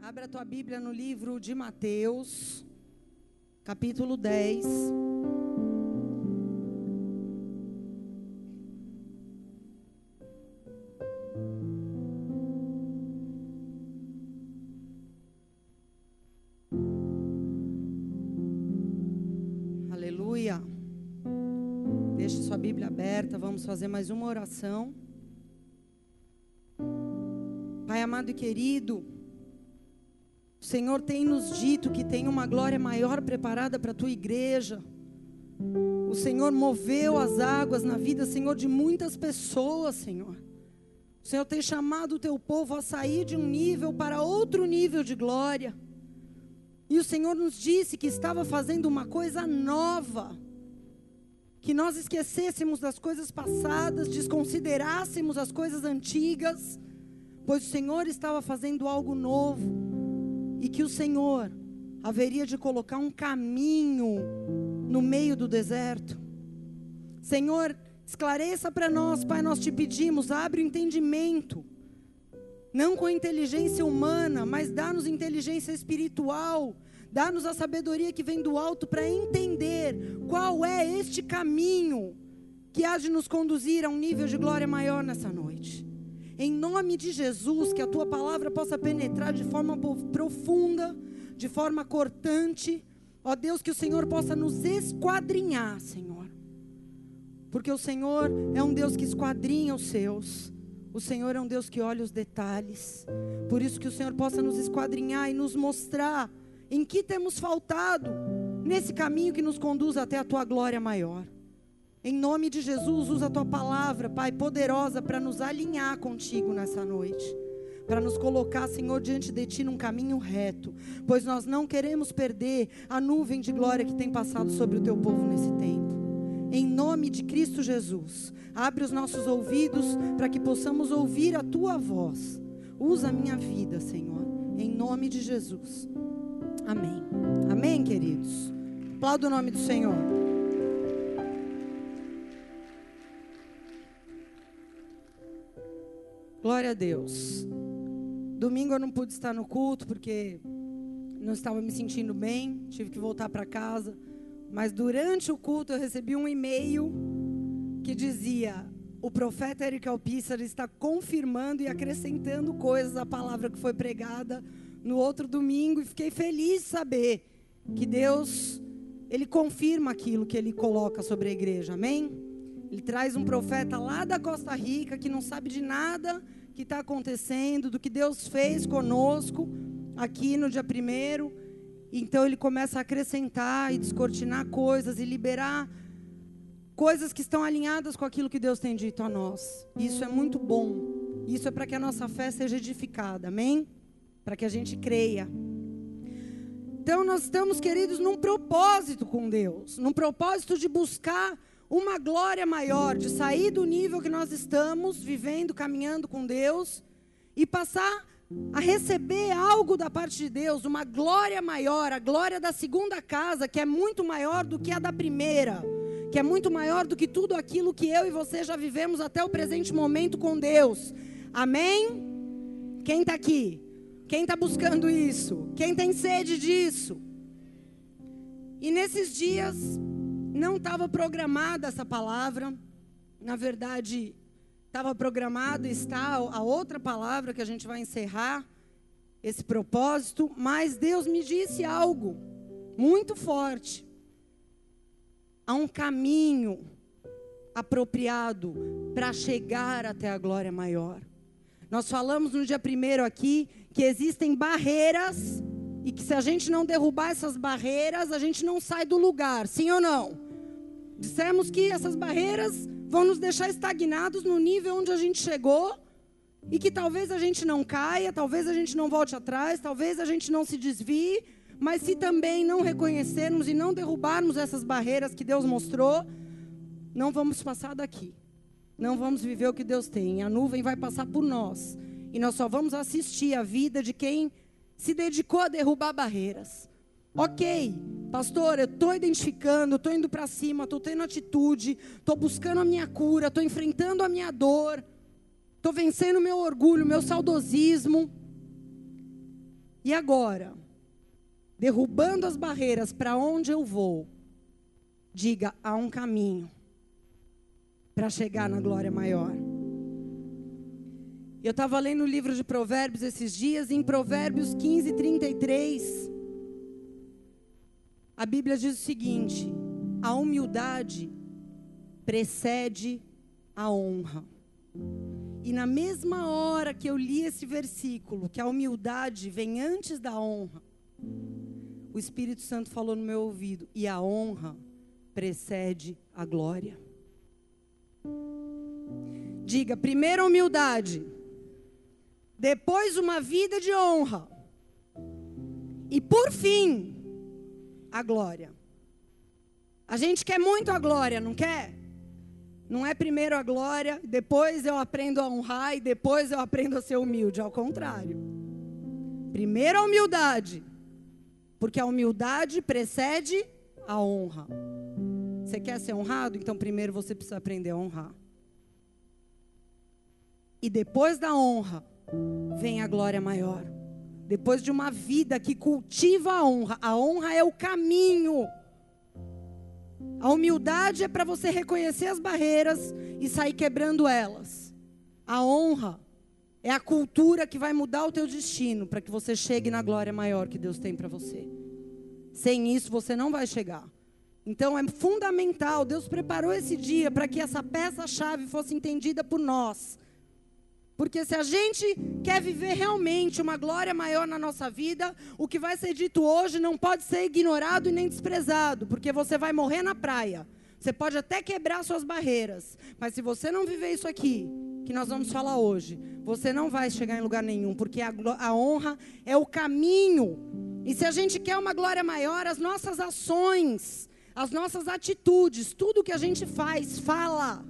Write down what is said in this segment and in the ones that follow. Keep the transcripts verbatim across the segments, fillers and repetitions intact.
Abra a tua Bíblia no livro de Mateus, capítulo dez. Aleluia. Deixe sua Bíblia aberta, vamos fazer mais uma oração. Pai amado e querido, o Senhor tem nos dito que tem uma glória maior preparada para a tua igreja. O Senhor moveu as águas na vida, Senhor, de muitas pessoas, Senhor. O Senhor tem chamado o teu povo a sair de um nível para outro nível de glória. E o Senhor nos disse que estava fazendo uma coisa nova. Que nós esquecêssemos das coisas passadas, desconsiderássemos as coisas antigas, pois o Senhor estava fazendo algo novo. E que o Senhor haveria de colocar um caminho no meio do deserto. Senhor, esclareça para nós, Pai, nós te pedimos, abre o entendimento. Não com inteligência humana, mas dá-nos inteligência espiritual. Dá-nos a sabedoria que vem do alto para entender qual é este caminho que há de nos conduzir a um nível de glória maior nessa noite. Em nome de Jesus, que a tua palavra possa penetrar de forma profunda, de forma cortante. Ó Deus, que o Senhor possa nos esquadrinhar, Senhor. Porque o Senhor é um Deus que esquadrinha os seus. O Senhor é um Deus que olha os detalhes. Por isso que o Senhor possa nos esquadrinhar e nos mostrar em que temos faltado nesse caminho que nos conduz até a tua glória maior. Em nome de Jesus, usa a tua palavra, Pai, poderosa para nos alinhar contigo nessa noite. Para nos colocar, Senhor, diante de ti num caminho reto. Pois nós não queremos perder a nuvem de glória que tem passado sobre o teu povo nesse tempo. Em nome de Cristo Jesus, abre os nossos ouvidos para que possamos ouvir a tua voz. Usa a minha vida, Senhor, em nome de Jesus. Amém. Amém, queridos. Aplauda o nome do Senhor. Glória a Deus. Domingo eu não pude estar no culto porque não estava me sentindo bem, tive que voltar para casa. Mas durante o culto eu recebi um e-mail que dizia: o profeta Eric Alpíssaro está confirmando e acrescentando coisas à palavra que foi pregada no outro domingo. E fiquei feliz de saber que Deus, Ele confirma aquilo que Ele coloca sobre a igreja, amém? Ele traz um profeta lá da Costa Rica que não sabe de nada que está acontecendo, do que Deus fez conosco aqui no dia primeiro. Então ele começa a acrescentar e descortinar coisas e liberar coisas que estão alinhadas com aquilo que Deus tem dito a nós. Isso é muito bom. Isso é para que a nossa fé seja edificada, amém? Para que a gente creia. Então nós estamos, queridos, num propósito com Deus, num propósito de buscar uma glória maior, de sair do nível que nós estamos vivendo, caminhando com Deus, e passar a receber algo da parte de Deus, uma glória maior, a glória da segunda casa, que é muito maior do que a da primeira, que é muito maior do que tudo aquilo que eu e você já vivemos até o presente momento com Deus. Amém? Quem está aqui? Quem está buscando isso? Quem tem sede disso? E nesses dias não estava programada essa palavra. Na verdade, estava programado, está a outra palavra que a gente vai encerrar esse propósito. Mas Deus me disse algo muito forte. Há um caminho apropriado para chegar até a glória maior. Nós falamos no dia primeiro aqui que existem barreiras e que se a gente não derrubar essas barreiras, a gente não sai do lugar, sim ou não? Dissemos que essas barreiras vão nos deixar estagnados no nível onde a gente chegou e que talvez a gente não caia, talvez a gente não volte atrás, talvez a gente não se desvie, mas se também não reconhecermos e não derrubarmos essas barreiras que Deus mostrou, não vamos passar daqui. Não vamos viver o que Deus tem. A nuvem vai passar por nós e nós só vamos assistir a vida de quem se dedicou a derrubar barreiras. Ok, pastor, eu estou identificando, estou indo para cima, estou tendo atitude, estou buscando a minha cura, estou enfrentando a minha dor, estou vencendo o meu orgulho, o meu saudosismo. E agora, derrubando as barreiras, para onde eu vou? Diga, há um caminho para chegar na glória maior. Eu estava lendo o livro de Provérbios esses dias, e em Provérbios quinze, trinta e três, a Bíblia diz o seguinte: a humildade precede a honra. E na mesma hora que eu li esse versículo, que a humildade vem antes da honra, o Espírito Santo falou no meu ouvido: e a honra precede a glória. Diga, primeiro a humildade, depois uma vida de honra, e por fim, a glória. A gente quer muito a glória, não quer? Não é primeiro a glória, depois eu aprendo a honrar e depois eu aprendo a ser humilde. Ao contrário. Primeiro a humildade, porque a humildade precede a honra. Você quer ser honrado? Então primeiro você precisa aprender a honrar. E depois da honra, vem a glória maior. Depois de uma vida que cultiva a honra. A honra é o caminho. A humildade é para você reconhecer as barreiras e sair quebrando elas. A honra é a cultura que vai mudar o teu destino para que você chegue na glória maior que Deus tem para você. Sem isso você não vai chegar. Então é fundamental, Deus preparou esse dia para que essa peça-chave fosse entendida por nós. Porque se a gente quer viver realmente uma glória maior na nossa vida, o que vai ser dito hoje não pode ser ignorado e nem desprezado, porque você vai morrer na praia. Você pode até quebrar suas barreiras, mas se você não viver isso aqui, que nós vamos falar hoje, você não vai chegar em lugar nenhum, porque a, a honra é o caminho. E se a gente quer uma glória maior, as nossas ações, as nossas atitudes, tudo que a gente faz, fala,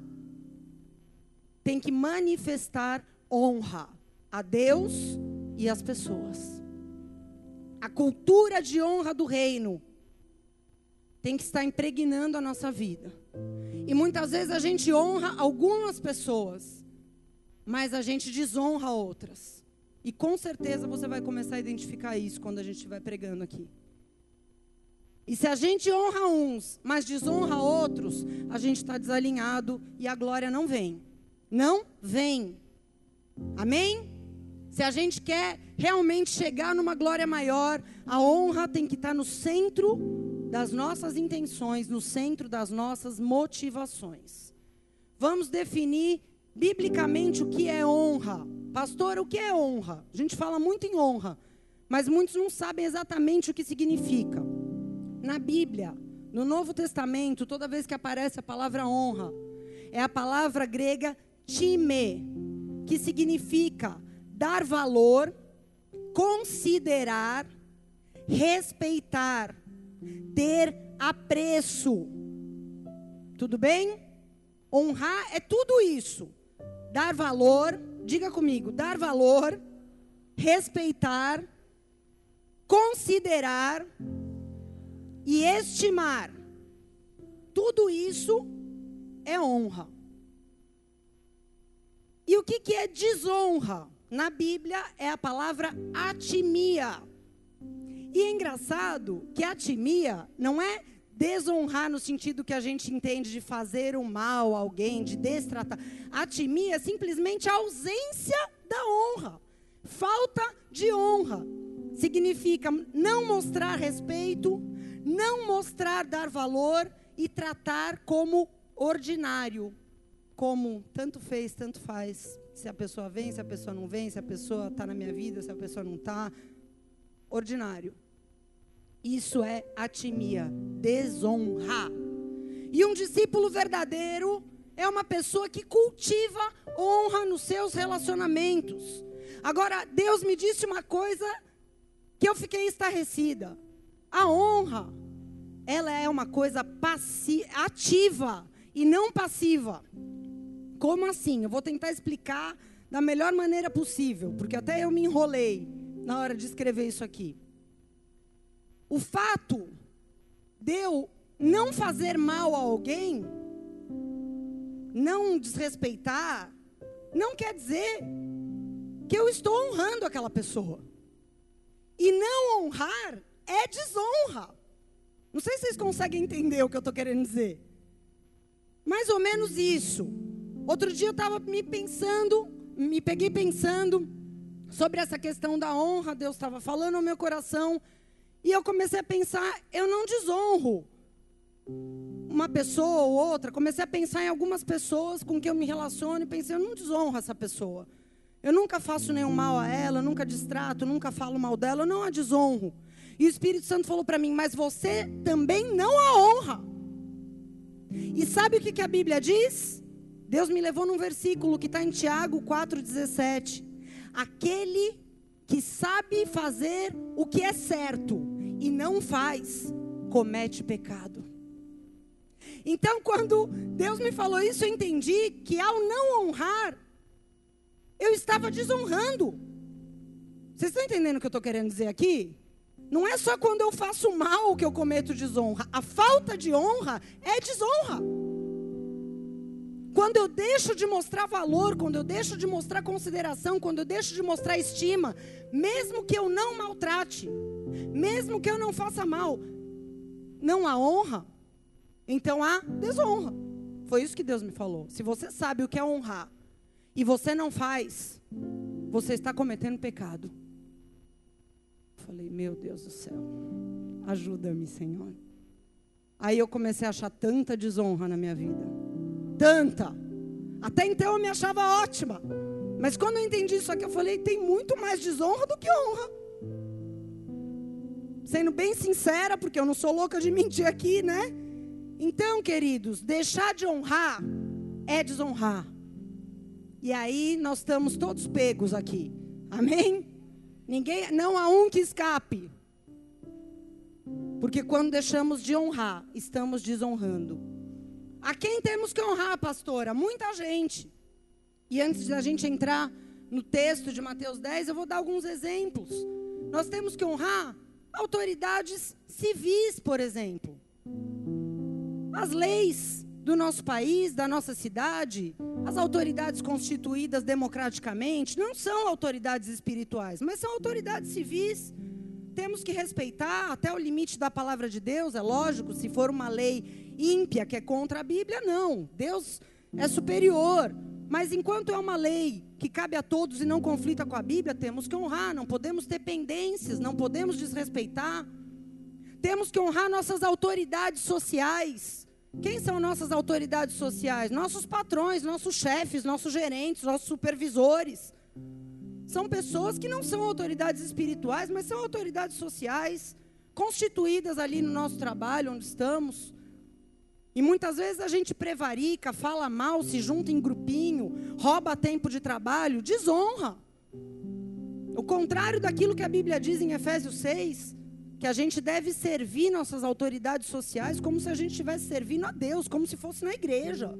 tem que manifestar honra a Deus e às pessoas. A cultura de honra do reino tem que estar impregnando a nossa vida. E muitas vezes a gente honra algumas pessoas, mas a gente desonra outras. E com certeza você vai começar a identificar isso quando a gente estiver pregando aqui. E se a gente honra uns, mas desonra outros, a gente está desalinhado e a glória não vem. Não vem. Amém? Se a gente quer realmente chegar numa glória maior, a honra tem que estar no centro das nossas intenções, no centro das nossas motivações. Vamos definir biblicamente o que é honra. Pastor, o que é honra? A gente fala muito em honra, mas muitos não sabem exatamente o que significa. Na Bíblia, no Novo Testamento, toda vez que aparece a palavra honra, é a palavra grega time, que significa dar valor, considerar, respeitar, ter apreço. Tudo bem? Honrar é tudo isso. Dar valor, diga comigo, dar valor, respeitar, considerar e estimar. Tudo isso é honra. E o que, que é desonra? Na Bíblia é a palavra atimia. E é engraçado que atimia não é desonrar no sentido que a gente entende de fazer o mal a alguém, de destratar. Atimia é simplesmente a ausência da honra. Falta de honra. Significa não mostrar respeito, não mostrar dar valor e tratar como ordinário. Como tanto fez, tanto faz. Se a pessoa vem, se a pessoa não vem, se a pessoa está na minha vida, se a pessoa não está. Ordinário. Isso é atimia, desonra. E um discípulo verdadeiro é uma pessoa que cultiva honra nos seus relacionamentos. Agora, Deus me disse uma coisa que eu fiquei estarrecida. A honra, ela é uma coisa passi- ativa e não passiva. Como assim? Eu vou tentar explicar da melhor maneira possível, porque até eu me enrolei na hora de escrever isso aqui. O fato de eu não fazer mal a alguém, não desrespeitar, não quer dizer que eu estou honrando aquela pessoa. E não honrar é desonra. Não sei se vocês conseguem entender o que eu estou querendo dizer. Mais ou menos isso. Outro dia eu estava me pensando, me peguei pensando sobre essa questão da honra. Deus estava falando ao meu coração. E eu comecei a pensar, eu não desonro uma pessoa ou outra. Comecei a pensar em algumas pessoas com quem eu me relaciono e pensei, eu não desonro essa pessoa. Eu nunca faço nenhum mal a ela, nunca distrato, nunca falo mal dela, eu não a desonro. E o Espírito Santo falou para mim, mas você também não a honra. E sabe o que, que a Bíblia diz? Deus me levou num versículo que está em Tiago quatro, dezessete. Aquele que sabe fazer o que é certo e não faz, comete pecado. Então, quando Deus me falou isso, eu entendi que ao não honrar, eu estava desonrando. Vocês estão entendendo o que eu estou querendo dizer aqui? Não é só quando eu faço mal que eu cometo desonra. A falta de honra é desonra. Quando eu deixo de mostrar valor, quando eu deixo de mostrar consideração, quando eu deixo de mostrar estima, mesmo que eu não maltrate, mesmo que eu não faça mal, não há honra, então há desonra. Foi isso que Deus me falou. Se você sabe o que é honrar e você não faz, você está cometendo pecado. Falei, meu Deus do céu, ajuda-me, Senhor. Aí eu comecei a achar tanta desonra na minha vida. Tanta. Até então eu me achava ótima. Mas quando eu entendi isso aqui, eu falei, tem muito mais desonra do que honra. Sendo bem sincera, porque eu não sou louca de mentir aqui, né? Então, queridos, deixar de honrar é desonrar. E aí nós estamos todos pegos aqui. Amém? Ninguém, não há um que escape. Porque quando deixamos de honrar, estamos desonrando. A quem temos que honrar, pastora? Muita gente. E antes da gente entrar no texto de Mateus dez, eu vou dar alguns exemplos. Nós temos que honrar autoridades civis, por exemplo. As leis do nosso país, da nossa cidade, as autoridades constituídas democraticamente, não são autoridades espirituais, mas são autoridades civis. Temos que respeitar até o limite da palavra de Deus, é lógico, se for uma lei ímpia que é contra a Bíblia, não. Deus é superior. Mas enquanto é uma lei que cabe a todos e não conflita com a Bíblia, temos que honrar, não podemos ter pendências, não podemos desrespeitar. Temos que honrar nossas autoridades sociais. Quem são nossas autoridades sociais? Nossos patrões, nossos chefes, nossos gerentes, nossos supervisores. São pessoas que não são autoridades espirituais, mas são autoridades sociais, constituídas ali no nosso trabalho, onde estamos. E muitas vezes a gente prevarica, fala mal, se junta em grupinho, rouba tempo de trabalho, desonra. O contrário daquilo que a Bíblia diz em Efésios seis, que a gente deve servir nossas autoridades sociais como se a gente estivesse servindo a Deus, como se fosse na igreja.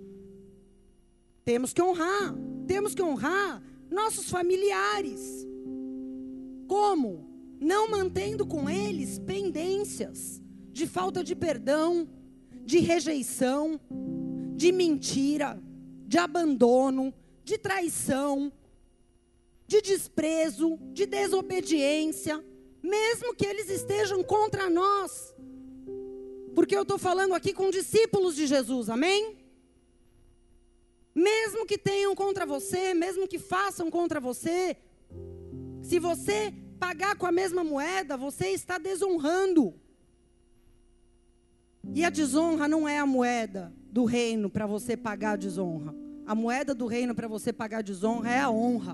Temos que honrar, temos que honrar nossos familiares. Como? Não mantendo com eles pendências de falta de perdão, de rejeição, de mentira, de abandono, de traição, de desprezo, de desobediência, mesmo que eles estejam contra nós. Porque eu estou falando aqui com discípulos de Jesus, amém? Mesmo que tenham contra você, mesmo que façam contra você, se você pagar com a mesma moeda, você está desonrando. E a desonra não é a moeda do reino para você pagar a desonra. A moeda do reino para você pagar a desonra é a honra.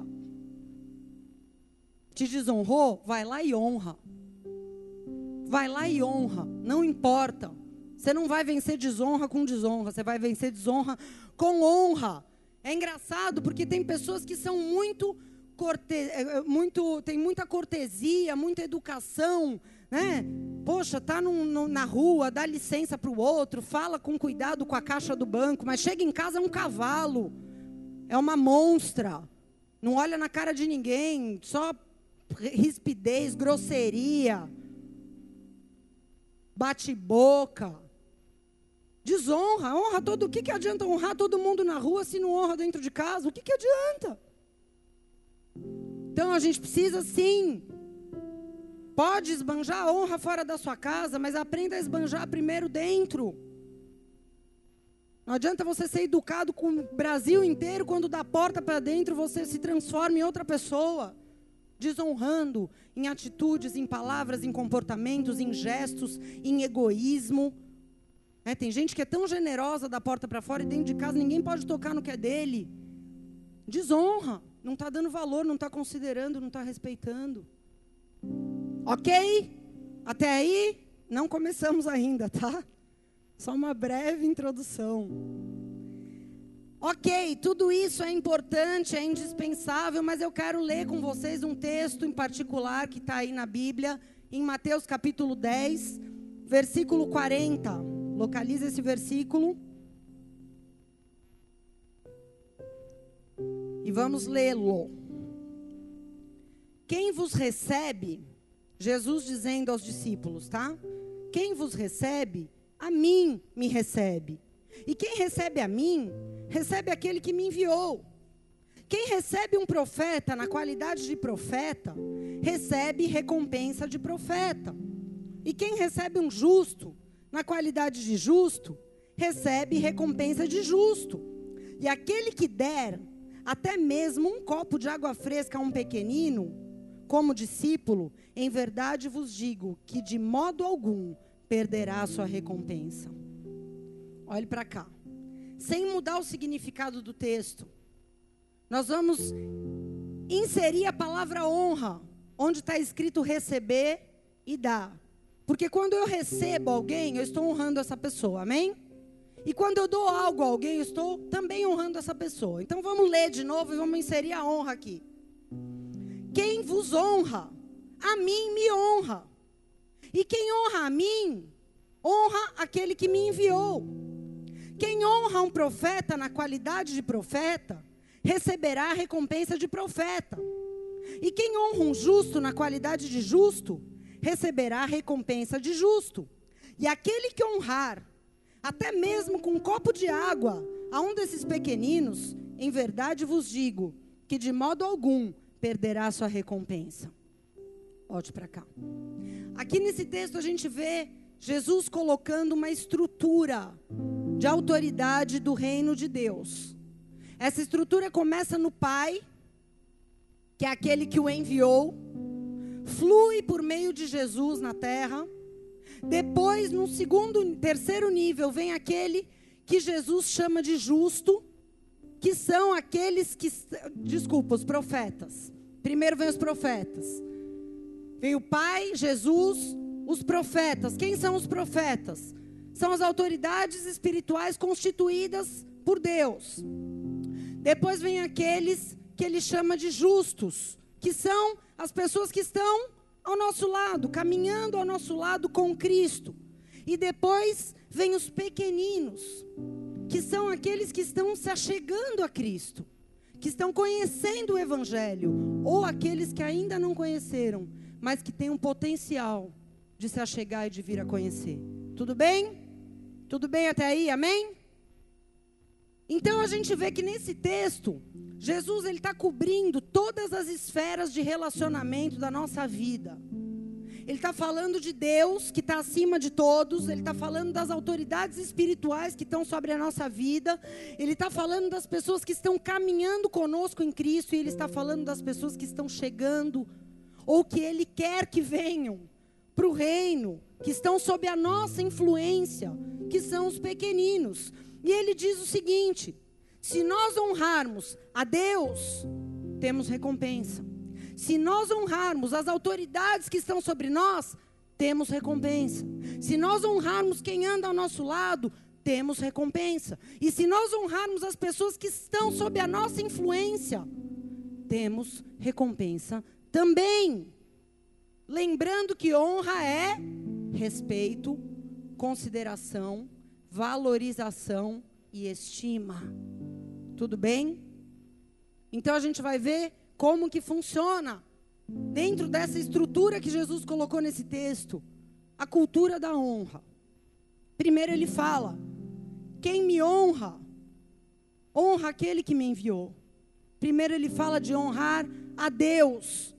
Te desonrou? Vai lá e honra. Vai lá e honra. Não importa. Você não vai vencer desonra com desonra. Você vai vencer desonra com honra. É engraçado porque tem pessoas que são muito, corte... muito... tem muita cortesia, muita educação, né? Poxa, tá num, num, na rua, dá licença para o outro, fala com cuidado com a caixa do banco, mas chega em casa é um cavalo, é uma monstra, não olha na cara de ninguém, só rispidez, grosseria, bate boca, desonra, honra todo. O que, que adianta honrar todo mundo na rua se não honra dentro de casa? O que, que adianta? Então a gente precisa sim Pode esbanjar a honra fora da sua casa, mas aprenda a esbanjar primeiro dentro. Não adianta você ser educado com o Brasil inteiro, quando da porta para dentro você se transforma em outra pessoa. Desonrando em atitudes, em palavras, em comportamentos, em gestos, em egoísmo. É, tem gente que é tão generosa da porta para fora e dentro de casa ninguém pode tocar no que é dele. Desonra. Não está dando valor, não está considerando, não está respeitando. Ok? Até aí, não começamos ainda, tá? Só uma breve introdução. Ok, tudo isso é importante, é indispensável, mas eu quero ler com vocês um texto em particular que está aí na Bíblia, em Mateus capítulo dez, versículo quarenta. Localiza esse versículo. E vamos lê-lo. Quem vos recebe, Jesus dizendo aos discípulos, tá? Quem vos recebe, a mim me recebe. E quem recebe a mim, recebe aquele que me enviou. Quem recebe um profeta na qualidade de profeta, recebe recompensa de profeta. E quem recebe um justo na qualidade de justo, recebe recompensa de justo. E aquele que der até mesmo um copo de água fresca a um pequenino, como discípulo, em verdade vos digo que de modo algum perderá a sua recompensa. Olhe para cá. Sem mudar o significado do texto, nós vamos inserir a palavra honra, onde está escrito receber e dar. Porque quando eu recebo alguém, eu estou honrando essa pessoa, amém? E quando eu dou algo a alguém, eu estou também honrando essa pessoa. Então vamos ler de novo e vamos inserir a honra aqui. Quem vos honra, a mim me honra. E quem honra a mim, honra aquele que me enviou. Quem honra um profeta na qualidade de profeta, receberá a recompensa de profeta. E quem honra um justo na qualidade de justo, receberá a recompensa de justo. E aquele que honrar, até mesmo com um copo de água, a um desses pequeninos, em verdade vos digo, que de modo algum perderá a sua recompensa. Volte para cá. Aqui nesse texto a gente vê Jesus colocando uma estrutura de autoridade do reino de Deus. Essa estrutura começa no Pai, que é aquele que o enviou, flui por meio de Jesus na terra. Depois, no segundo, terceiro nível, vem aquele que Jesus chama de justo, que são aqueles que, desculpa, os profetas. Primeiro vem os profetas. Vem o Pai, Jesus, os profetas. Quem são os profetas? São as autoridades espirituais constituídas por Deus. Depois vem aqueles que ele chama de justos, que são as pessoas que estão ao nosso lado, caminhando ao nosso lado com Cristo. E depois vem os pequeninos, que são aqueles que estão se achegando a Cristo, que estão conhecendo o Evangelho, ou aqueles que ainda não conheceram, mas que têm um potencial de se achegar e de vir a conhecer. Tudo bem? Tudo bem até aí? Amém? Então a gente vê que nesse texto, Jesus ele está cobrindo todas as esferas de relacionamento da nossa vida. Ele está falando de Deus, que está acima de todos. Ele está falando das autoridades espirituais que estão sobre a nossa vida. Ele está falando das pessoas que estão caminhando conosco em Cristo. E Ele está falando das pessoas que estão chegando, ou que Ele quer que venham para o reino, que estão sob a nossa influência, que são os pequeninos. E Ele diz o seguinte: se nós honrarmos a Deus, temos recompensa. Se nós honrarmos as autoridades que estão sobre nós, temos recompensa. Se nós honrarmos quem anda ao nosso lado, temos recompensa. E se nós honrarmos as pessoas que estão sob a nossa influência, temos recompensa também. Lembrando que honra é respeito, consideração, valorização e estima. Tudo bem? Então a gente vai ver como que funciona, dentro dessa estrutura que Jesus colocou nesse texto, a cultura da honra. Primeiro ele fala: quem me honra, honra aquele que me enviou. Primeiro ele fala de honrar a Deus.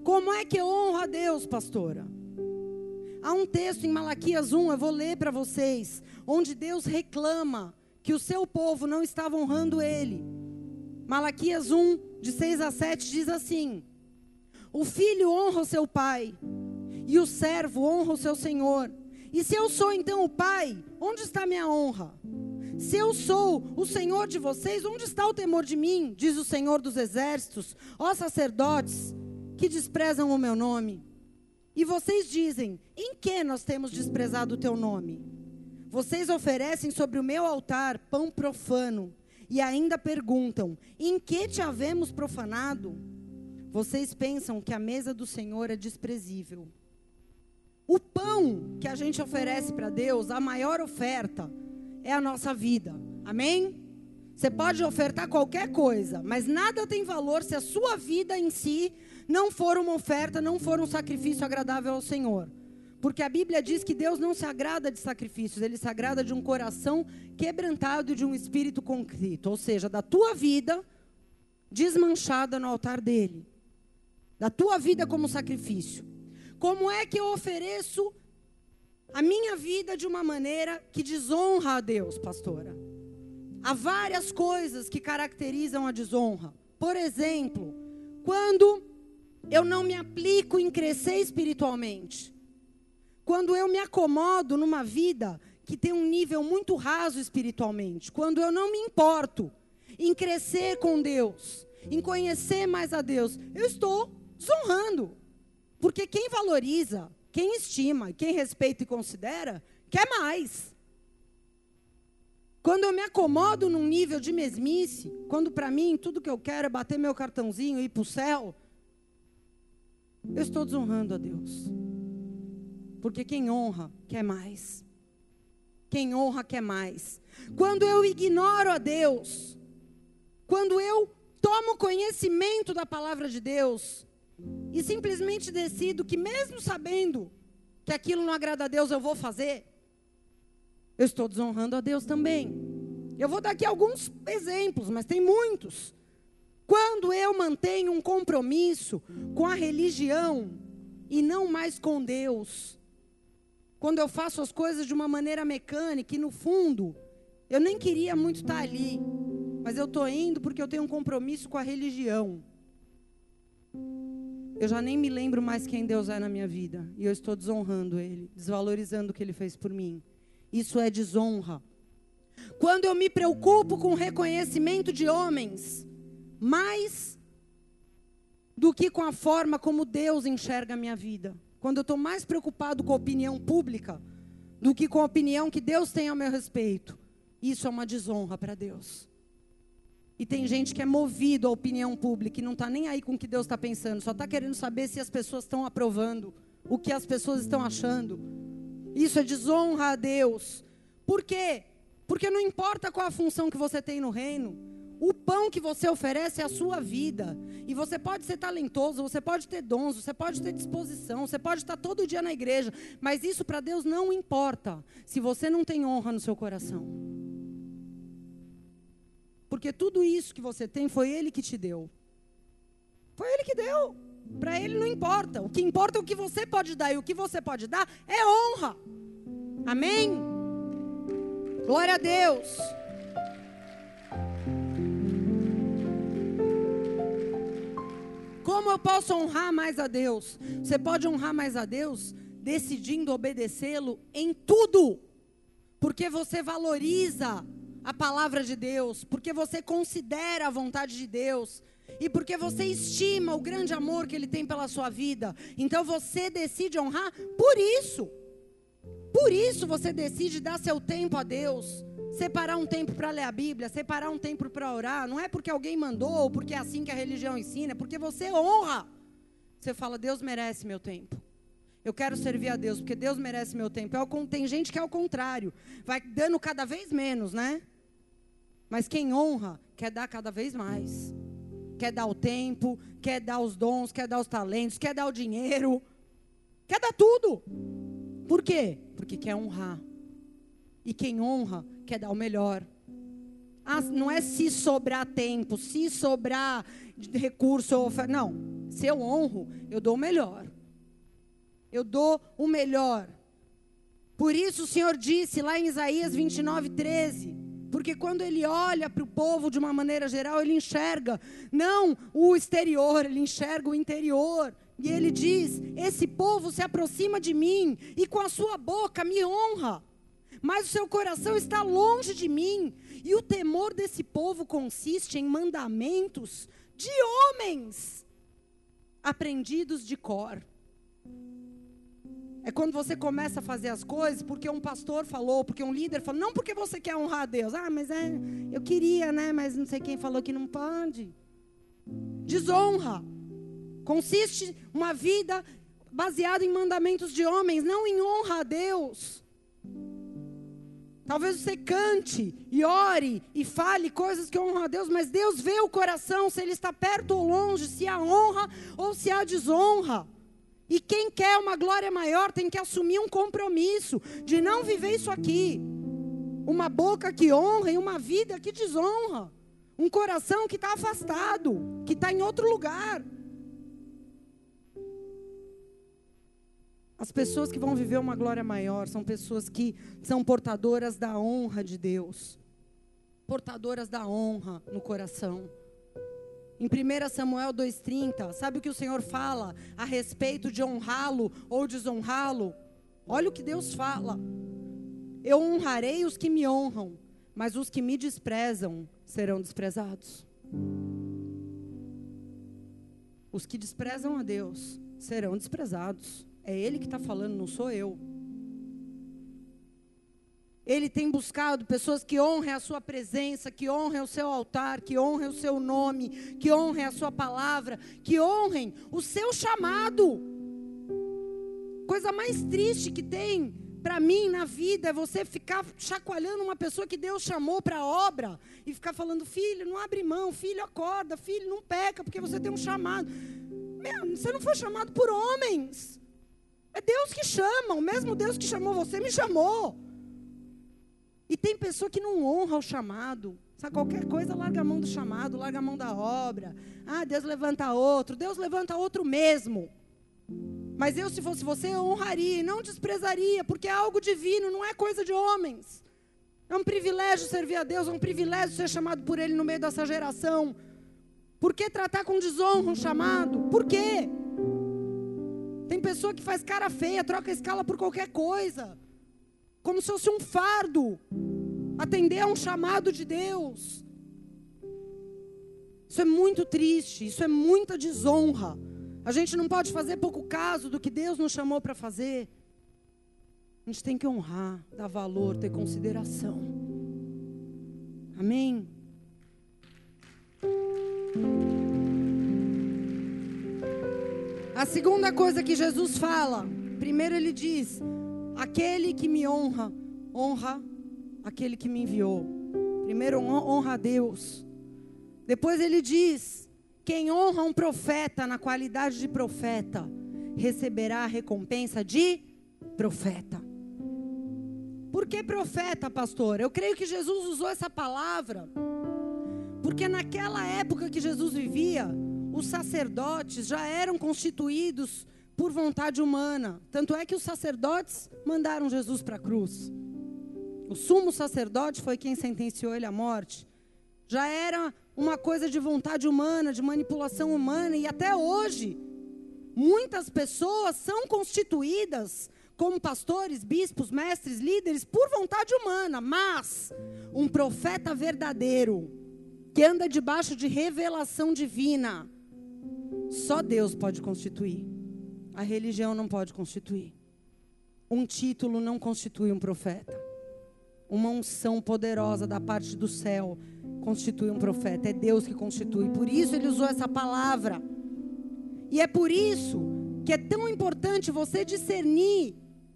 Como é que eu honro a Deus, pastora? Há um texto em Malaquias um, eu vou ler para vocês, onde Deus reclama que o seu povo não estava honrando Ele. Malaquias um, de seis a sete, diz assim: o filho honra o seu pai, e o servo honra o seu senhor. E se eu sou então o pai, onde está minha honra? Se eu sou o Senhor de vocês, onde está o temor de mim? Diz o Senhor dos exércitos, ó sacerdotes, que desprezam o meu nome. E vocês dizem, em que nós temos desprezado o teu nome? Vocês oferecem sobre o meu altar pão profano, e ainda perguntam, em que te havemos profanado? Vocês pensam que a mesa do Senhor é desprezível. O pão que a gente oferece para Deus, a maior oferta, é a nossa vida. Amém? Você pode ofertar qualquer coisa, mas nada tem valor se a sua vida em si não for uma oferta, não for um sacrifício agradável ao Senhor. Porque a Bíblia diz que Deus não se agrada de sacrifícios, Ele se agrada de um coração quebrantado e de um espírito contrito. Ou seja, da tua vida desmanchada no altar dEle. Da tua vida como sacrifício. Como é que eu ofereço a minha vida de uma maneira que desonra a Deus, pastora? Há várias coisas que caracterizam a desonra. Por exemplo, quando eu não me aplico em crescer espiritualmente. Quando eu me acomodo numa vida que tem um nível muito raso espiritualmente. Quando eu não me importo em crescer com Deus, em conhecer mais a Deus, eu estou desonrando. Porque quem valoriza, quem estima, quem respeita e considera, quer mais. Quando eu me acomodo num nível de mesmice, quando para mim tudo que eu quero é bater meu cartãozinho e ir para o céu, eu estou desonrando a Deus. Porque quem honra, quer mais. Quem honra, quer mais. Quando eu ignoro a Deus, quando eu tomo conhecimento da palavra de Deus, e simplesmente decido que mesmo sabendo que aquilo não agrada a Deus, eu vou fazer, eu estou desonrando a Deus também. Eu vou dar aqui alguns exemplos, mas tem muitos. Quando eu mantenho um compromisso com a religião e não mais com Deus, quando eu faço as coisas de uma maneira mecânica e no fundo, eu nem queria muito estar ali, mas eu estou indo porque eu tenho um compromisso com a religião. Eu já nem me lembro mais quem Deus é na minha vida. E eu estou desonrando Ele, desvalorizando o que Ele fez por mim. Isso é desonra. Quando eu me preocupo com o reconhecimento de homens, mais do que com a forma como Deus enxerga a minha vida. Quando eu estou mais preocupado com a opinião pública, do que com a opinião que Deus tem ao meu respeito. Isso é uma desonra para Deus. E tem gente que é movido à opinião pública e não está nem aí com o que Deus está pensando. Só está querendo saber se as pessoas estão aprovando, o que as pessoas estão achando. Isso é desonra a Deus. Por quê? Porque não importa qual a função que você tem no reino. O pão que você oferece é a sua vida. E você pode ser talentoso, você pode ter dons, você pode ter disposição, você pode estar todo dia na igreja. Mas isso para Deus não importa, se você não tem honra no seu coração. Porque tudo isso que você tem foi Ele que te deu. Foi Ele que deu. Para Ele não importa. O que importa é o que você pode dar. E o que você pode dar é honra. Amém? Glória a Deus. Como eu posso honrar mais a Deus? Você pode honrar mais a Deus decidindo obedecê-lo em tudo. Porque você valoriza a palavra de Deus, porque você considera a vontade de Deus, e porque você estima o grande amor que Ele tem pela sua vida. Então você decide honrar por isso. Por isso você decide dar seu tempo a Deus, separar um tempo para ler a Bíblia, separar um tempo para orar. Não é porque alguém mandou, ou porque é assim que a religião ensina, é porque você honra. Você fala, Deus merece meu tempo. Eu quero servir a Deus, porque Deus merece meu tempo. Tem gente que é ao contrário, vai dando cada vez menos, né? Mas quem honra, quer dar cada vez mais. Quer dar o tempo, quer dar os dons, quer dar os talentos, quer dar o dinheiro. Quer dar tudo. Por quê? Porque quer honrar. E quem honra, quer dar o melhor. Ah, não é se sobrar tempo, se sobrar recurso. Não. Se eu honro, eu dou o melhor. Eu dou o melhor. Por isso o Senhor disse lá em Isaías vinte e nove, treze, porque quando ele olha para o povo de uma maneira geral, ele enxerga não o exterior, ele enxerga o interior. E ele diz, esse povo se aproxima de mim e com a sua boca me honra, mas o seu coração está longe de mim. E o temor desse povo consiste em mandamentos de homens aprendidos de cor. É quando você começa a fazer as coisas porque um pastor falou, porque um líder falou, não porque você quer honrar a Deus. Ah, mas é, eu queria, né? Mas não sei quem falou que não pode. Desonra. Consiste uma vida baseada em mandamentos de homens, não em honra a Deus. Talvez você cante e ore e fale coisas que honram a Deus, mas Deus vê o coração, se ele está perto ou longe, se há honra ou se há desonra. E quem quer uma glória maior tem que assumir um compromisso de não viver isso aqui. Uma boca que honra e uma vida que desonra. Um coração que está afastado, que está em outro lugar. As pessoas que vão viver uma glória maior são pessoas que são portadoras da honra de Deus. Portadoras da honra no coração. Em primeiro Samuel dois, trinta, sabe o que o Senhor fala a respeito de honrá-lo ou desonrá-lo? Olha o que Deus fala. Eu honrarei os que me honram, mas os que me desprezam serão desprezados. Os que desprezam a Deus serão desprezados. É Ele que está falando, não sou eu. Ele tem buscado pessoas que honrem a sua presença, que honrem o seu altar, que honrem o seu nome, que honrem a sua palavra, que honrem o seu chamado. Coisa mais triste que tem para mim na vida é você ficar chacoalhando uma pessoa que Deus chamou para a obra e ficar falando, filho, não abre mão, filho, acorda, filho, não peca, porque você tem um chamado. Meu, você não foi chamado por homens. É Deus que chama, o mesmo Deus que chamou você me chamou. E tem pessoa que não honra o chamado. Sabe, qualquer coisa larga a mão do chamado, larga a mão da obra. Ah, Deus levanta outro. Deus levanta outro mesmo. Mas eu, se fosse você, eu honraria e não desprezaria, porque é algo divino, não é coisa de homens. É um privilégio servir a Deus, é um privilégio ser chamado por Ele no meio dessa geração. Por que tratar com desonra um chamado? Por quê? Tem pessoa que faz cara feia, troca a escala por qualquer coisa. Como se fosse um fardo. Atender a um chamado de Deus. Isso é muito triste, isso é muita desonra. A gente não pode fazer pouco caso do que Deus nos chamou para fazer. A gente tem que honrar, dar valor, ter consideração. Amém? A segunda coisa que Jesus fala, primeiro ele diz, aquele que me honra, honra aquele que me enviou. Primeiro honra a Deus. Depois ele diz, quem honra um profeta na qualidade de profeta, receberá a recompensa de profeta. Por que profeta, pastor? Eu creio que Jesus usou essa palavra, porque naquela época que Jesus vivia, os sacerdotes já eram constituídos por vontade humana. Tanto é que os sacerdotes mandaram Jesus para a cruz. O sumo sacerdote foi quem sentenciou ele à morte. Já era uma coisa de vontade humana, de manipulação humana. E até hoje, muitas pessoas são constituídas como pastores, bispos, mestres, líderes, por vontade humana. Mas um profeta verdadeiro, que anda debaixo de revelação divina, só Deus pode constituir. A religião não pode constituir. Um título não constitui um profeta. Uma unção poderosa da parte do céu constitui um profeta. É Deus que constitui. Por isso ele usou essa palavra. E é por isso que é tão importante você discernir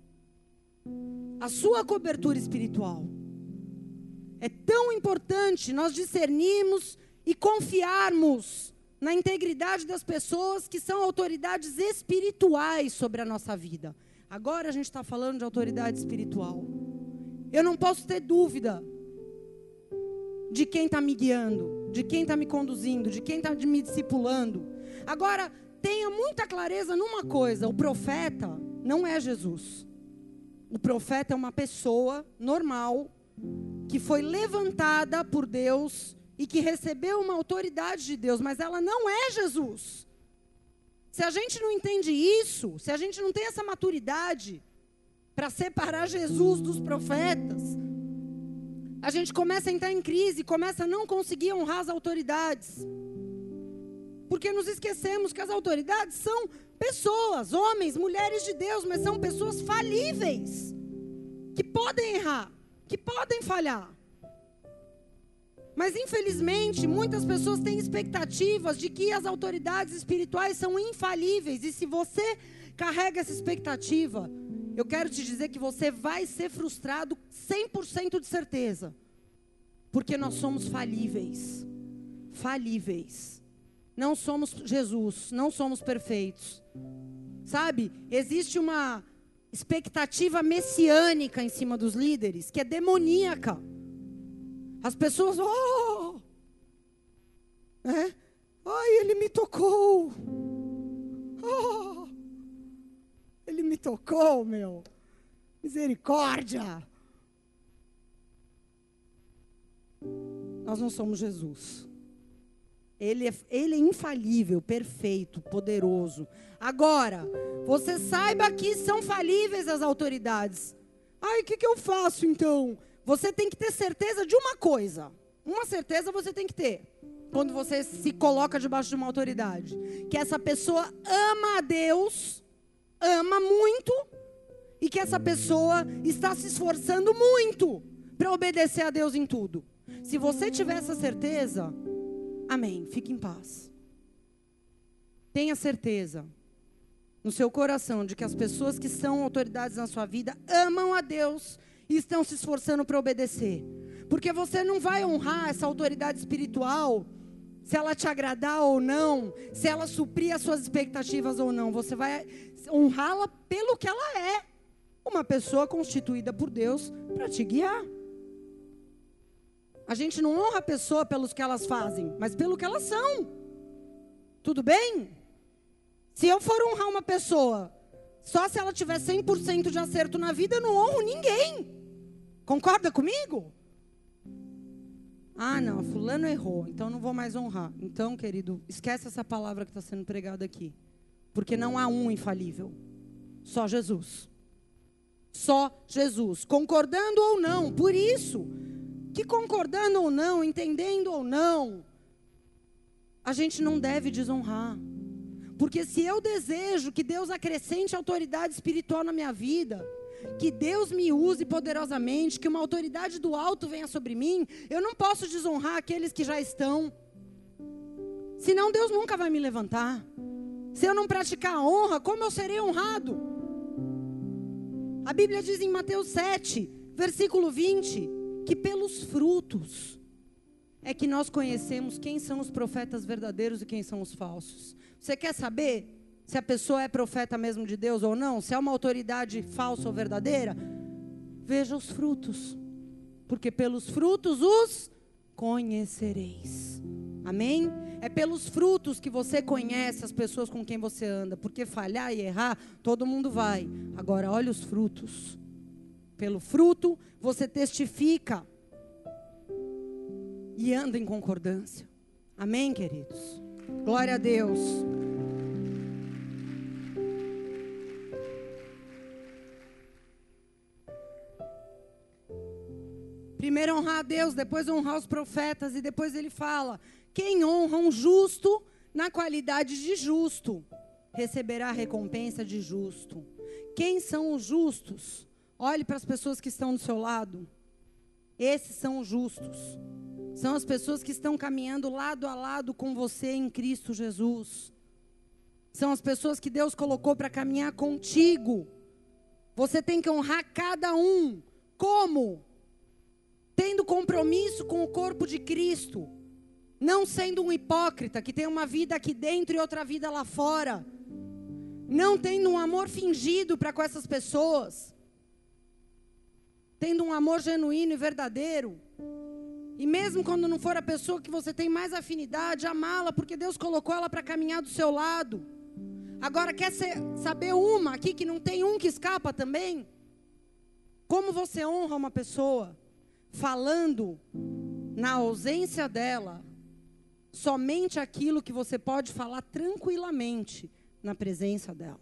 a sua cobertura espiritual. É tão importante nós discernirmos e confiarmos na integridade das pessoas que são autoridades espirituais sobre a nossa vida. Agora a gente está falando de autoridade espiritual. Eu não posso ter dúvida de quem está me guiando, de quem está me conduzindo, de quem está me discipulando. Agora, tenha muita clareza numa coisa: o profeta não é Jesus. O profeta é uma pessoa normal, que foi levantada por Deus e que recebeu uma autoridade de Deus, mas ela não é Jesus. Se a gente não entende isso, se a gente não tem essa maturidade para separar Jesus dos profetas, a gente começa a entrar em crise, começa a não conseguir honrar as autoridades. Porque nos esquecemos que as autoridades são pessoas, homens, mulheres de Deus, mas são pessoas falíveis, que podem errar, que podem falhar. Mas infelizmente, muitas pessoas têm expectativas de que as autoridades espirituais são infalíveis. E se você carrega essa expectativa, eu quero te dizer que você vai ser frustrado cem por cento de certeza. Porque nós somos falíveis. Falíveis. Não somos Jesus, não somos perfeitos. Sabe, existe uma expectativa messiânica em cima dos líderes, que é demoníaca. As pessoas, oh, é? Ai, ele me tocou. Oh, ele me tocou, meu. Misericórdia. Nós não somos Jesus. Ele é, ele é infalível, perfeito, poderoso. Agora, você saiba que são falíveis as autoridades. Ai, o que, que eu faço então? Você tem que ter certeza de uma coisa. Uma certeza você tem que ter. Quando você se coloca debaixo de uma autoridade. Que essa pessoa ama a Deus, ama muito, e que essa pessoa está se esforçando muito para obedecer a Deus em tudo. Se você tiver essa certeza, amém, fique em paz. Tenha certeza no seu coração de que as pessoas que são autoridades na sua vida amam a Deus e estão se esforçando para obedecer. Porque você não vai honrar essa autoridade espiritual se ela te agradar ou não, se ela suprir as suas expectativas ou não. Você vai honrá-la pelo que ela é. Uma pessoa constituída por Deus para te guiar. A gente não honra a pessoa pelos que elas fazem, mas pelo que elas são. Tudo bem? Se eu for honrar uma pessoa, só se ela tiver cem por cento de acerto na vida, eu não honro ninguém. Concorda comigo? Ah, não, fulano errou, então não vou mais honrar. Então, querido, esquece essa palavra que está sendo pregada aqui. Porque não há um infalível. Só Jesus. Só Jesus. Concordando ou não, por isso que concordando ou não, entendendo ou não, a gente não deve desonrar. Porque se eu desejo que Deus acrescente autoridade espiritual na minha vida, que Deus me use poderosamente, que uma autoridade do alto venha sobre mim, eu não posso desonrar aqueles que já estão. Senão Deus nunca vai me levantar. Se eu não praticar a honra, como eu serei honrado? A Bíblia diz em Mateus sete, versículo vinte, que pelos frutos é que nós conhecemos quem são os profetas verdadeiros e quem são os falsos. Você quer saber se a pessoa é profeta mesmo de Deus ou não? Se é uma autoridade falsa ou verdadeira? Veja os frutos. Porque pelos frutos os conhecereis. Amém? É pelos frutos que você conhece as pessoas com quem você anda. Porque falhar e errar, todo mundo vai. Agora, olha os frutos. Pelo fruto, você testifica. E anda em concordância. Amém, queridos? Glória a Deus. Primeiro honrar a Deus, depois honrar os profetas. E depois ele fala: quem honra um justo na qualidade de justo, receberá a recompensa de justo. Quem são os justos? Olhe para as pessoas que estão do seu lado. Esses são os justos. São as pessoas que estão caminhando lado a lado com você em Cristo Jesus. São as pessoas que Deus colocou para caminhar contigo. Você tem que honrar cada um. Como? Tendo compromisso com o corpo de Cristo. Não sendo um hipócrita que tem uma vida aqui dentro e outra vida lá fora. Não tendo um amor fingido para com essas pessoas. Tendo um amor genuíno e verdadeiro. E mesmo quando não for a pessoa que você tem mais afinidade, amá-la, porque Deus colocou ela para caminhar do seu lado. Agora, quer ser, saber uma aqui que não tem um que escapa também? Como você honra uma pessoa? Falando, na ausência dela, somente aquilo que você pode falar tranquilamente na presença dela.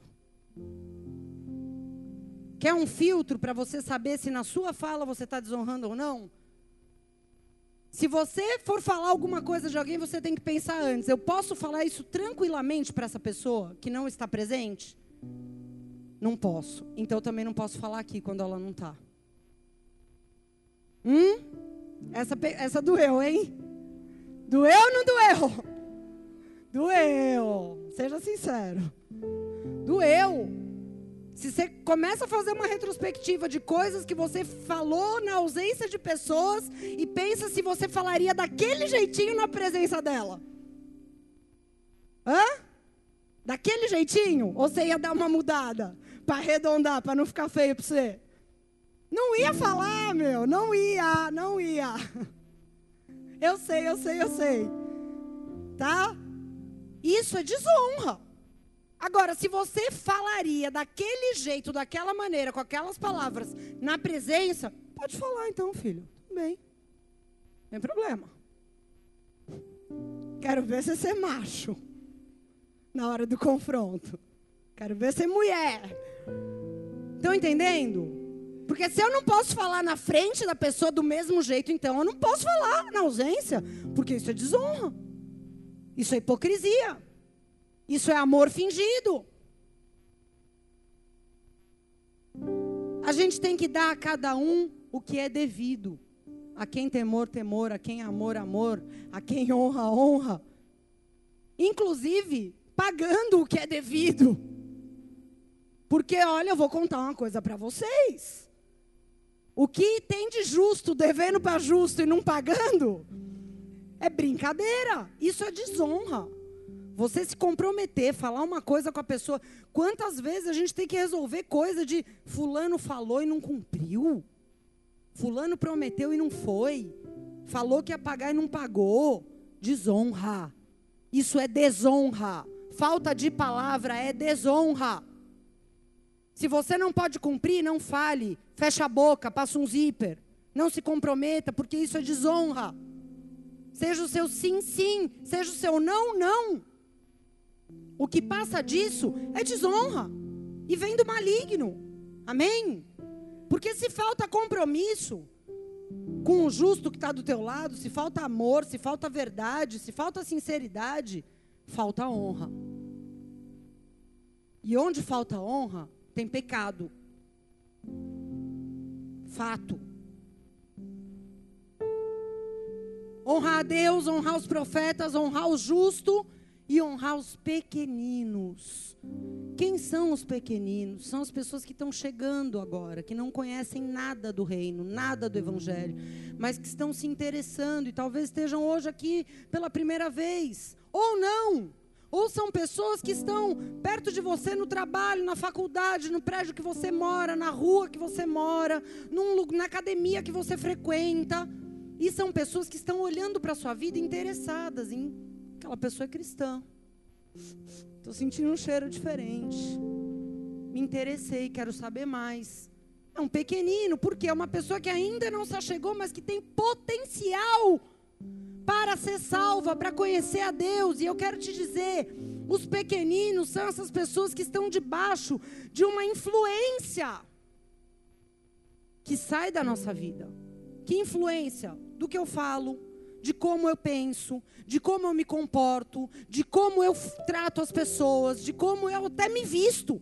Quer um filtro para você saber se na sua fala você está desonrando ou não? Se você for falar alguma coisa de alguém, você tem que pensar antes. Eu posso falar isso tranquilamente para essa pessoa que não está presente? Não posso. Então eu também não posso falar aqui quando ela não está. Hum? Essa, essa doeu, hein? Doeu ou não doeu? Doeu. Seja sincero. Doeu. Se você começa a fazer uma retrospectiva de coisas que você falou na ausência de pessoas e pensa se você falaria daquele jeitinho na presença dela. Hã? Daquele jeitinho? Ou você ia dar uma mudada para arredondar, para não ficar feio para você? Não ia falar, meu. Não ia, não ia. Eu sei, eu sei, eu sei. Tá? Isso é desonra. Agora, se você falaria daquele jeito, daquela maneira, com aquelas palavras, na presença, pode falar então, filho. Tudo bem. Não tem problema. Quero ver você ser macho na hora do confronto. Quero ver você mulher. Estão entendendo? Porque se eu não posso falar na frente da pessoa do mesmo jeito, então eu não posso falar na ausência. Porque isso é desonra. Isso é hipocrisia. Isso é amor fingido. A gente tem que dar a cada um o que é devido. A quem temor, temor. A quem amor, amor. A quem honra, honra. Inclusive, pagando o que é devido. Porque, olha, eu vou contar uma coisa para vocês. O que tem de justo, devendo para justo e não pagando, é brincadeira. Isso é desonra. Você se comprometer, falar uma coisa com a pessoa. Quantas vezes a gente tem que resolver coisa de fulano falou e não cumpriu? Fulano prometeu e não foi? Falou que ia pagar e não pagou? Desonra. Isso é desonra. Falta de palavra é desonra. Se você não pode cumprir, não fale. Fecha a boca, passa um zíper. Não se comprometa, porque isso é desonra. Seja o seu sim, sim. Seja o seu não, não. O que passa disso é desonra. E vem do maligno. Amém? Porque se falta compromisso com o justo que está do teu lado, se falta amor, se falta verdade, se falta sinceridade, falta honra. E onde falta honra, tem pecado. Fato. Honrar a Deus, honrar os profetas, honrar o justo e honrar os pequeninos. Quem são os pequeninos? São as pessoas que estão chegando agora, que não conhecem nada do reino, nada do evangelho, mas que estão se interessando e talvez estejam hoje aqui pela primeira vez, ou não. Ou são pessoas que estão perto de você no trabalho, na faculdade, no prédio que você mora, na rua que você mora, num, na academia que você frequenta. E são pessoas que estão olhando para a sua vida interessadas em aquela pessoa é cristã. Estou sentindo um cheiro diferente. Me interessei, quero saber mais. É um pequenino, porque é uma pessoa que ainda não se achegou, mas que tem potencial para ser salva, para conhecer a Deus. E eu quero te dizer, os pequeninos são essas pessoas que estão debaixo de uma influência que sai da nossa vida. Que influência? Do que eu falo, de como eu penso, de como eu me comporto, de como eu trato as pessoas, de como eu até me visto.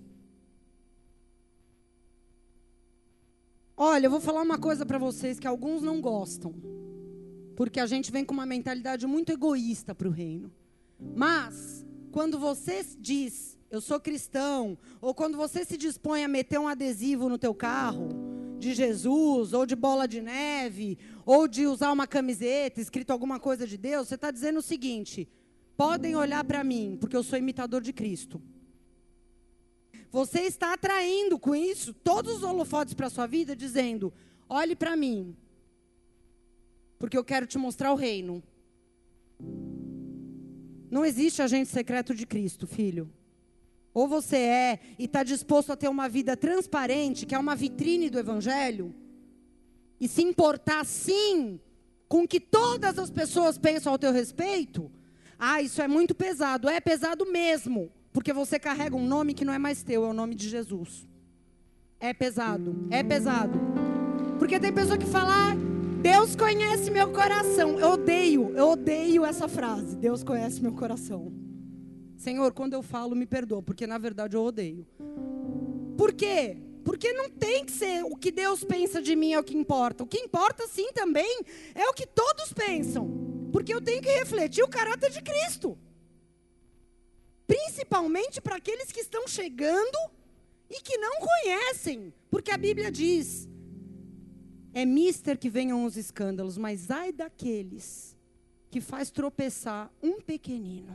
Olha, eu vou falar uma coisa para vocês que alguns não gostam, porque a gente vem com uma mentalidade muito egoísta para o reino. Mas, quando você diz, eu sou cristão, ou quando você se dispõe a meter um adesivo no teu carro, de Jesus, ou de bola de neve, ou de usar uma camiseta escrito alguma coisa de Deus, você está dizendo o seguinte: podem olhar para mim, porque eu sou imitador de Cristo. Você está atraindo com isso todos os holofotes para a sua vida, dizendo: olhe para mim, porque eu quero te mostrar o reino. Não existe agente secreto de Cristo, filho. Ou você é e está disposto a ter uma vida transparente, que é uma vitrine do Evangelho, e se importar sim com o que todas as pessoas pensam ao teu respeito, ah, isso é muito pesado. É pesado mesmo, porque você carrega um nome que não é mais teu, é o nome de Jesus. É pesado, é pesado. Porque tem pessoa que fala, ah, Deus conhece meu coração. Eu odeio, eu odeio essa frase, Deus conhece meu coração. Senhor, quando eu falo, me perdoa, porque na verdade eu odeio. Por quê? Porque não tem que ser o que Deus pensa de mim é o que importa. O que importa sim também é o que todos pensam. Porque eu tenho que refletir o caráter de Cristo. Principalmente para aqueles que estão chegando e que não conhecem. Porque a Bíblia diz, é mister que venham os escândalos, mas ai daqueles que faz tropeçar um pequenino.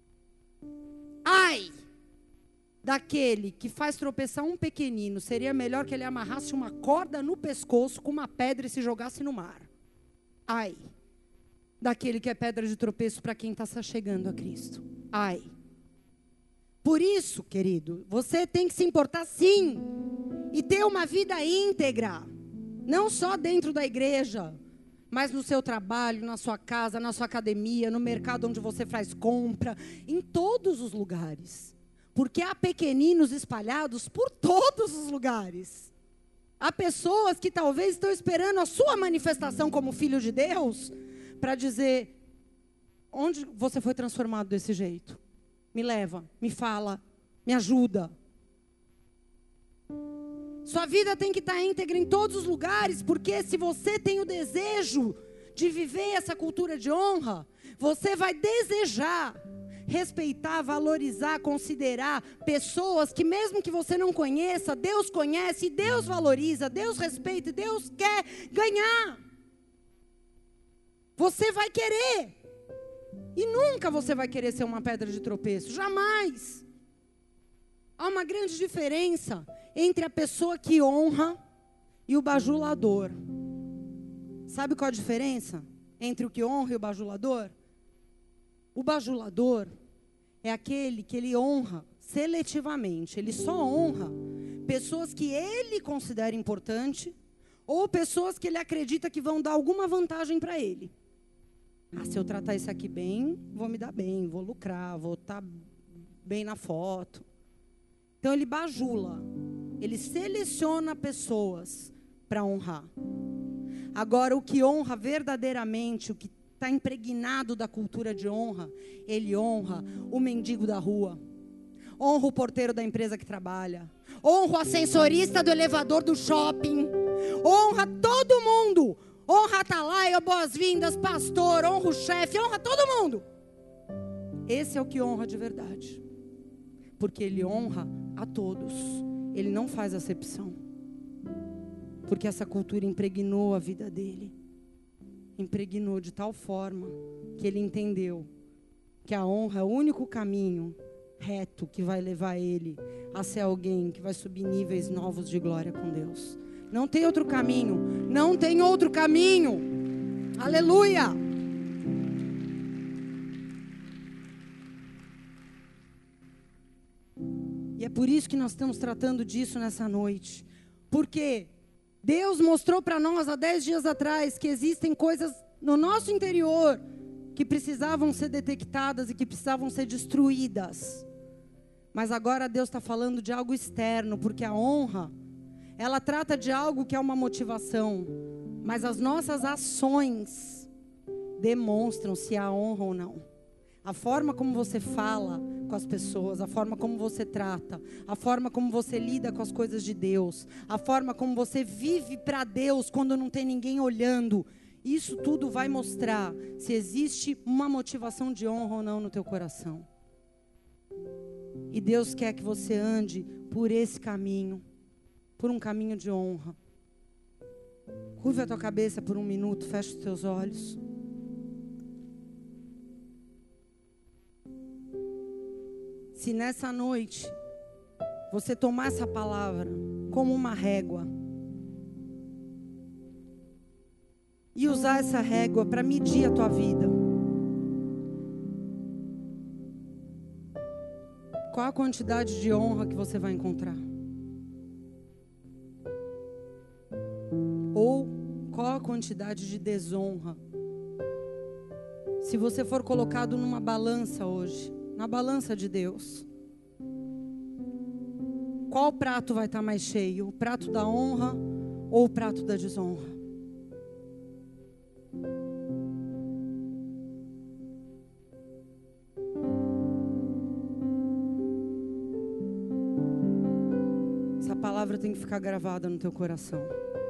Ai daquele que faz tropeçar um pequenino, seria melhor que ele amarrasse uma corda no pescoço com uma pedra e se jogasse no mar. Ai daquele que é pedra de tropeço para quem está se chegando a Cristo. Ai. Por isso, querido, você tem que se importar sim, e ter uma vida íntegra, não só dentro da igreja, mas no seu trabalho, na sua casa, na sua academia, no mercado onde você faz compra, em todos os lugares. Porque há pequeninos espalhados por todos os lugares. Há pessoas que talvez estão esperando a sua manifestação como filho de Deus, para dizer, onde você foi transformado desse jeito? Me leva, me fala, me ajuda. Sua vida tem que estar íntegra em todos os lugares, porque se você tem o desejo de viver essa cultura de honra, você vai desejar respeitar, valorizar, considerar pessoas que mesmo que você não conheça, Deus conhece, Deus valoriza, Deus respeita, Deus quer ganhar. Você vai querer. E nunca você vai querer ser uma pedra de tropeço, jamais. Há uma grande diferença entre a pessoa que honra e o bajulador. Sabe qual a diferença entre o que honra e o bajulador? O bajulador é aquele que ele honra seletivamente. Ele só honra pessoas que ele considera importante ou pessoas que ele acredita que vão dar alguma vantagem para ele. Ah, se eu tratar isso aqui bem, vou me dar bem, vou lucrar, vou estar bem na foto. Então ele bajula, ele seleciona pessoas para honrar. Agora, o que honra verdadeiramente, o que está impregnado da cultura de honra, ele honra o mendigo da rua, honra o porteiro da empresa que trabalha, honra o ascensorista do elevador do shopping, honra todo mundo, honra a atalaia, boas-vindas, pastor, honra o chefe, honra todo mundo. Esse é o que honra de verdade, porque ele honra a todos, ele não faz acepção, porque essa cultura impregnou a vida dele. Impregnou de tal forma que ele entendeu que a honra é o único caminho reto que vai levar ele a ser alguém que vai subir níveis novos de glória com Deus. Não tem outro caminho, não tem outro caminho. Aleluia! E é por isso que nós estamos tratando disso nessa noite. Porque Deus mostrou para nós há dez dias atrás que existem coisas no nosso interior que precisavam ser detectadas e que precisavam ser destruídas. Mas agora Deus está falando de algo externo, porque a honra, ela trata de algo que é uma motivação, mas as nossas ações demonstram se há honra ou não. A forma como você fala com as pessoas, a forma como você trata, a forma como você lida com as coisas de Deus, a forma como você vive para Deus quando não tem ninguém olhando, isso tudo vai mostrar se existe uma motivação de honra ou não no teu coração. E Deus quer que você ande por esse caminho, por um caminho de honra. Curva a tua cabeça por um minuto, fecha os teus olhos. Se nessa noite você tomar essa palavra como uma régua e usar essa régua para medir a tua vida, qual a quantidade de honra que você vai encontrar? Ou qual a quantidade de desonra? Se você for colocado numa balança hoje, na balança de Deus, qual prato vai estar mais cheio? O prato da honra ou o prato da desonra? Essa palavra tem que ficar gravada no teu coração.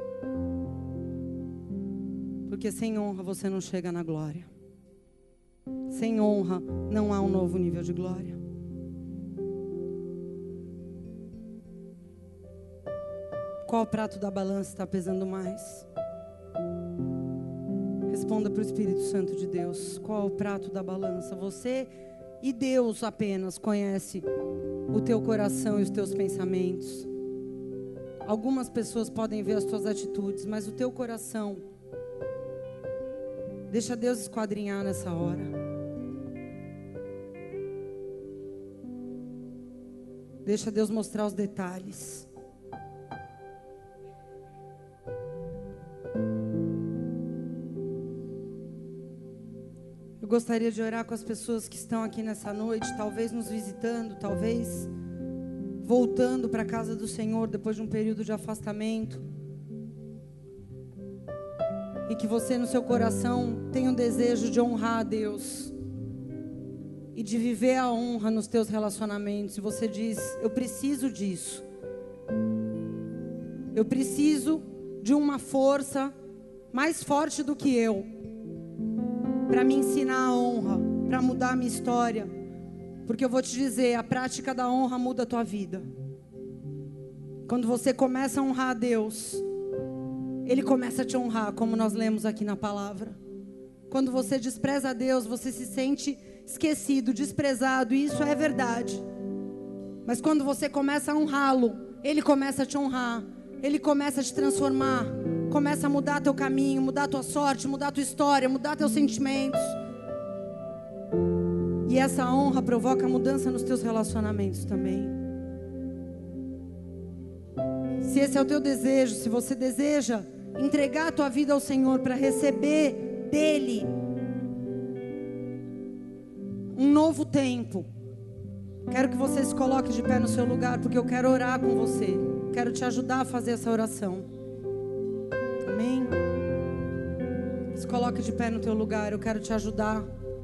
Porque sem honra você não chega na glória. Sem honra não há um novo nível de glória. Qual prato da balança está pesando mais? Responda para o Espírito Santo de Deus. Qual o prato da balança? Você e Deus apenas conhece o teu coração e os teus pensamentos. Algumas pessoas podem ver as tuas atitudes, mas o teu coração, deixa Deus esquadrinhar nessa hora. Deixa Deus mostrar os detalhes. Eu gostaria de orar com as pessoas que estão aqui nessa noite, talvez nos visitando, talvez voltando para a casa do Senhor depois de um período de afastamento. E que você no seu coração tenha um desejo de honrar a Deus e de viver a honra nos teus relacionamentos. E você diz: eu preciso disso. Eu preciso de uma força mais forte do que eu para me ensinar a honra, para mudar a minha história. Porque eu vou te dizer, a prática da honra muda a tua vida. Quando você começa a honrar a Deus, Ele começa a te honrar, como nós lemos aqui na palavra. Quando você despreza a Deus, você se sente esquecido, desprezado, e isso é verdade. Mas quando você começa a honrá-lo, Ele começa a te honrar, Ele começa a te transformar, começa a mudar teu caminho, mudar tua sorte, mudar tua história, mudar teus sentimentos. E essa honra provoca mudança nos teus relacionamentos também. Se esse é o teu desejo, se você deseja entregar a tua vida ao Senhor para receber dEle um novo tempo, quero que você se coloque de pé no seu lugar, porque eu quero orar com você. Quero te ajudar a fazer essa oração. Amém? Se coloque de pé no teu lugar, eu quero te ajudar.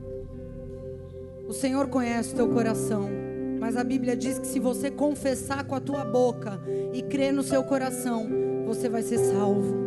O Senhor conhece o teu coração, mas a Bíblia diz que se você confessar com a tua boca e crer no seu coração, você vai ser salvo.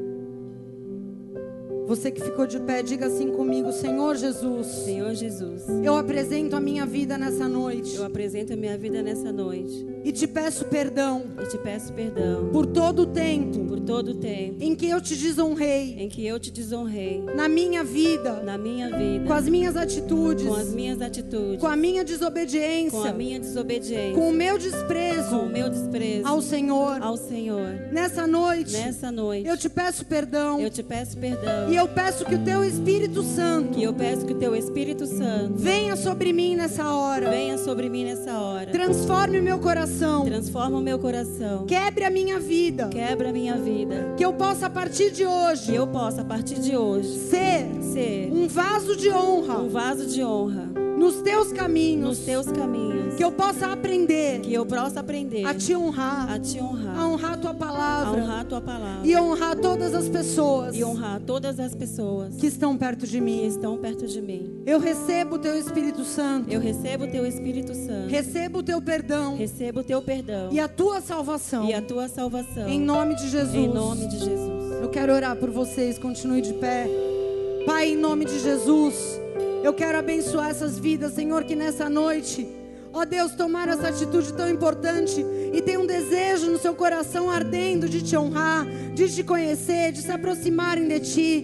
Você que ficou de pé, diga assim comigo: Senhor Jesus, Senhor Jesus, eu apresento a minha vida nessa noite. Eu apresento a minha vida nessa noite. E te peço perdão. E te peço perdão. Por todo o tempo. Por todo o tempo. Em que eu te desonrei. Em que eu te desonrei. Na minha vida. Na minha vida. Com as minhas atitudes. Com as minhas atitudes. Com a minha desobediência. Com a minha desobediência. Com o meu desprezo. Com o meu desprezo. Ao Senhor. Ao Senhor. Nessa noite. Nessa noite. Eu te peço perdão. Eu te peço perdão. E eu peço que o teu Espírito Santo. Que eu peço que o teu Espírito Santo. Venha sobre mim nessa hora. Venha sobre mim nessa hora. Transforme o meu coração. Transforma o meu coração. Quebre a minha vida. Quebra a minha vida. Que eu possa a partir de hoje. Que eu possa a partir de hoje ser, ser um vaso de honra. Um vaso de honra. Nos teus caminhos. Nos teus caminhos. Que eu possa aprender. Que eu possa aprender. A te honrar. A te honrar. A honrar a tua palavra. A honrar a tua palavra. E honrar todas as pessoas. E honrar todas as pessoas que estão perto de mim. Que estão perto de mim. Eu recebo o teu Espírito Santo. Eu recebo o teu Espírito Santo. Recebo o teu perdão. Recebo o teu perdão. E a tua salvação. E a tua salvação. Em nome de Jesus. Em nome de Jesus. Eu quero orar por vocês. Continue de pé. Pai, em nome de Jesus, eu quero abençoar essas vidas, Senhor, que nessa noite, ó Deus, tomaram essa atitude tão importante e tem um desejo no seu coração ardendo de te honrar, de te conhecer, de se aproximarem de ti.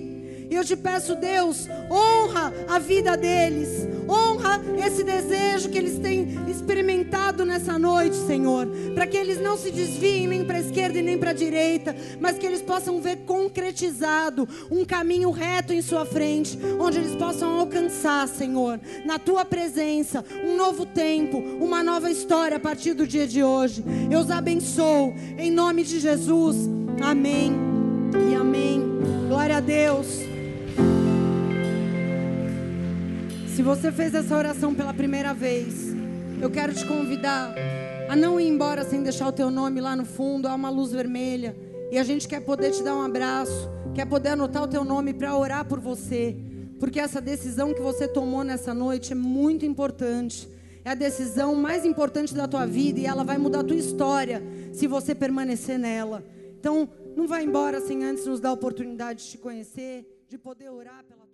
E eu te peço, Deus, honra a vida deles, honra esse desejo que eles têm experimentado nessa noite, Senhor, para que eles não se desviem nem para a esquerda e nem para a direita, mas que eles possam ver concretizado um caminho reto em sua frente, onde eles possam alcançar, Senhor, na tua presença, um novo tempo, uma nova história a partir do dia de hoje. Eu os abençoo em nome de Jesus. Amém e amém. Glória a Deus. Se você fez essa oração pela primeira vez, eu quero te convidar a não ir embora sem deixar o teu nome lá no fundo. Há uma luz vermelha e a gente quer poder te dar um abraço, quer poder anotar o teu nome para orar por você, porque essa decisão que você tomou nessa noite é muito importante. É a decisão mais importante da tua vida e ela vai mudar a tua história se você permanecer nela. Então, não vai embora sem antes nos dar a oportunidade de te conhecer, de poder orar pela